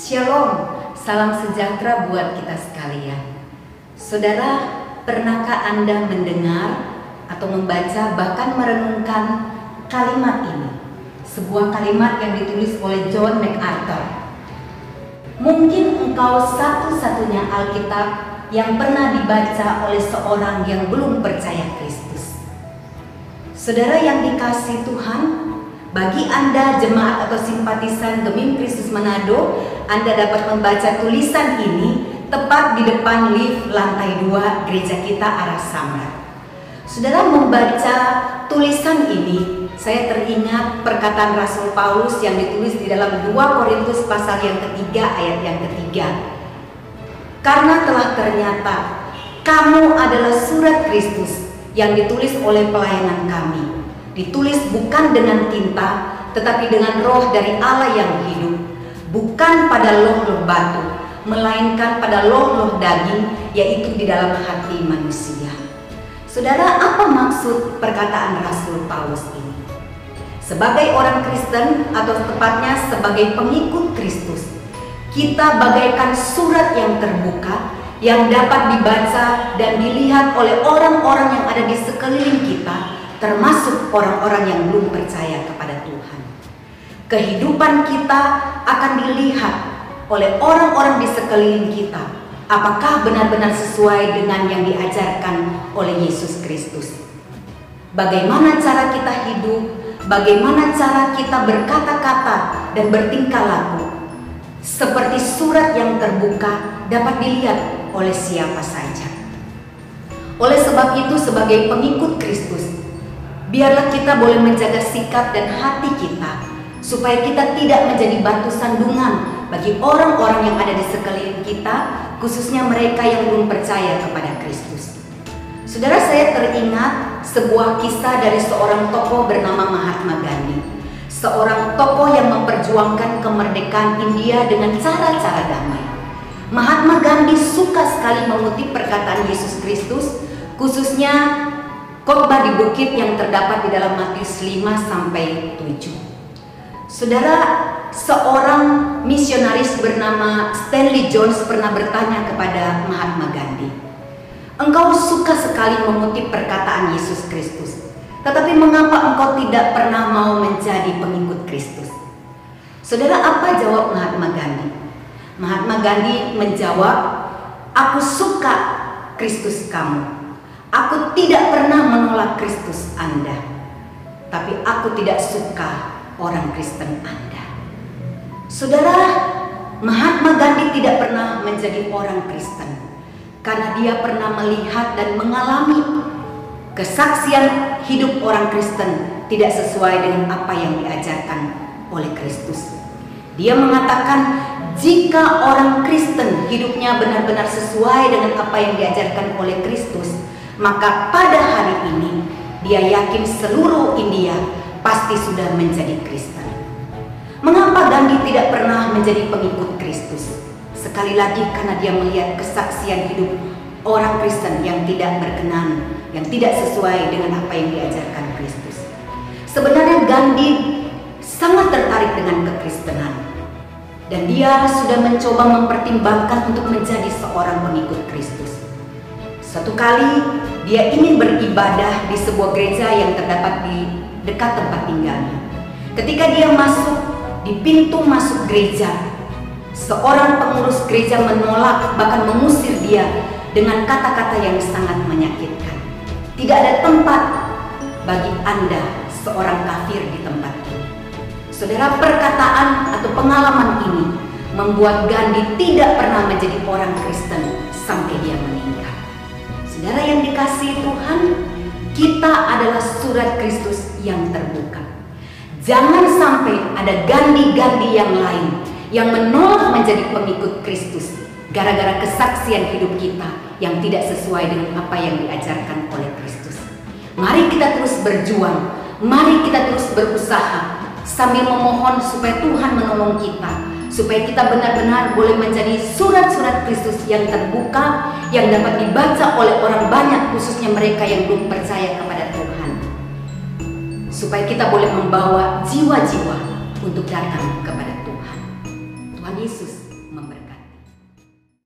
Shalom, salam sejahtera buat kita sekalian. Saudara, pernahkah Anda mendengar atau membaca bahkan merenungkan kalimat ini? Sebuah kalimat yang ditulis oleh John MacArthur. Mungkin engkau satu-satunya Alkitab yang pernah dibaca oleh seorang yang belum percaya Kristus. Saudara yang dikasihi Tuhan, bagi Anda jemaat atau simpatisan Gemim Kristus Manado, Anda dapat membaca tulisan ini tepat di depan lift lantai 2 gereja kita arah Samrat. Saudara membaca tulisan ini, saya teringat perkataan Rasul Paulus yang ditulis di dalam 2 Korintus pasal yang ketiga ayat yang ketiga. Karena telah ternyata kamu adalah surat Kristus yang ditulis oleh pelayanan kami. Ditulis bukan dengan tinta, tetapi dengan roh dari Allah yang hidup. Bukan pada loh-loh batu, melainkan pada loh-loh daging, yaitu di dalam hati manusia. Saudara, apa maksud perkataan Rasul Paulus ini? Sebagai orang Kristen, atau tepatnya sebagai pengikut Kristus, kita bagaikan surat yang terbuka, yang dapat dibaca dan dilihat oleh orang-orang yang ada di sekeliling kita, termasuk orang-orang yang belum percaya kepada Tuhan. Kehidupan kita akan dilihat oleh orang-orang di sekeliling kita, apakah benar-benar sesuai dengan yang diajarkan oleh Yesus Kristus. Bagaimana cara kita hidup, bagaimana cara kita berkata-kata dan bertingkah laku, seperti surat yang terbuka dapat dilihat oleh siapa saja. Oleh sebab itu, sebagai pengikut Kristus, biarlah kita boleh menjaga sikap dan hati kita, supaya kita tidak menjadi batu sandungan bagi orang-orang yang ada di sekeliling kita, khususnya mereka yang belum percaya kepada Kristus. Saudara, saya teringat sebuah kisah dari seorang tokoh bernama Mahatma Gandhi. Seorang tokoh yang memperjuangkan kemerdekaan India dengan cara-cara damai. Mahatma Gandhi suka sekali mengutip perkataan Yesus Kristus, khususnya khotbah di bukit yang terdapat di dalam Matius 5-7. Saudara, seorang misionaris bernama Stanley Jones pernah bertanya kepada Mahatma Gandhi, "Engkau suka sekali mengutip perkataan Yesus Kristus, tetapi mengapa engkau tidak pernah mau menjadi pengikut Kristus?" Saudara, apa jawab Mahatma Gandhi? Mahatma Gandhi menjawab, "Aku suka Kristus kamu. Aku tidak pernah menolak Kristus Anda, tapi aku tidak suka orang Kristen Anda." Saudara, Mahatma Gandhi tidak pernah menjadi orang Kristen karena dia pernah melihat dan mengalami kesaksian hidup orang Kristen tidak sesuai dengan apa yang diajarkan oleh Kristus. Dia mengatakan, jika orang Kristen hidupnya benar-benar sesuai dengan apa yang diajarkan oleh Kristus, maka pada hari ini dia yakin seluruh India pasti sudah menjadi Kristen. Mengapa Gandhi tidak pernah menjadi pengikut Kristus? Sekali lagi karena dia melihat kesaksian hidup orang Kristen yang tidak berkenan, yang tidak sesuai dengan apa yang diajarkan Kristus. Sebenarnya Gandhi sangat tertarik dengan kekristenan, dan dia sudah mencoba mempertimbangkan untuk menjadi seorang pengikut Kristus. Suatu kali dia ingin beribadah di sebuah gereja yang terdapat di dekat tempat tinggalnya. Ketika dia masuk di pintu masuk gereja, seorang pengurus gereja menolak, bahkan mengusir dia dengan kata-kata yang sangat menyakitkan. "Tidak ada tempat bagi Anda, seorang kafir, di tempat ini." Saudara, perkataan atau pengalaman ini membuat Gandhi tidak pernah menjadi orang Kristen sampai dia meninggal. Saudara yang dikasihi Tuhan, kita adalah surat Kristus yang terbuka. Jangan sampai ada Gandhi-Gandhi yang lain yang menolak menjadi pengikut Kristus gara-gara kesaksian hidup kita yang tidak sesuai dengan apa yang diajarkan oleh Kristus. Mari kita terus berjuang, mari kita terus berusaha sambil memohon supaya Tuhan menolong kita, supaya kita benar-benar boleh menjadi surat-surat Kristus yang terbuka, yang dapat dibaca oleh orang banyak, khususnya mereka yang belum percaya kepada Tuhan, supaya kita boleh membawa jiwa-jiwa untuk datang kepada Tuhan. Tuhan Yesus memberi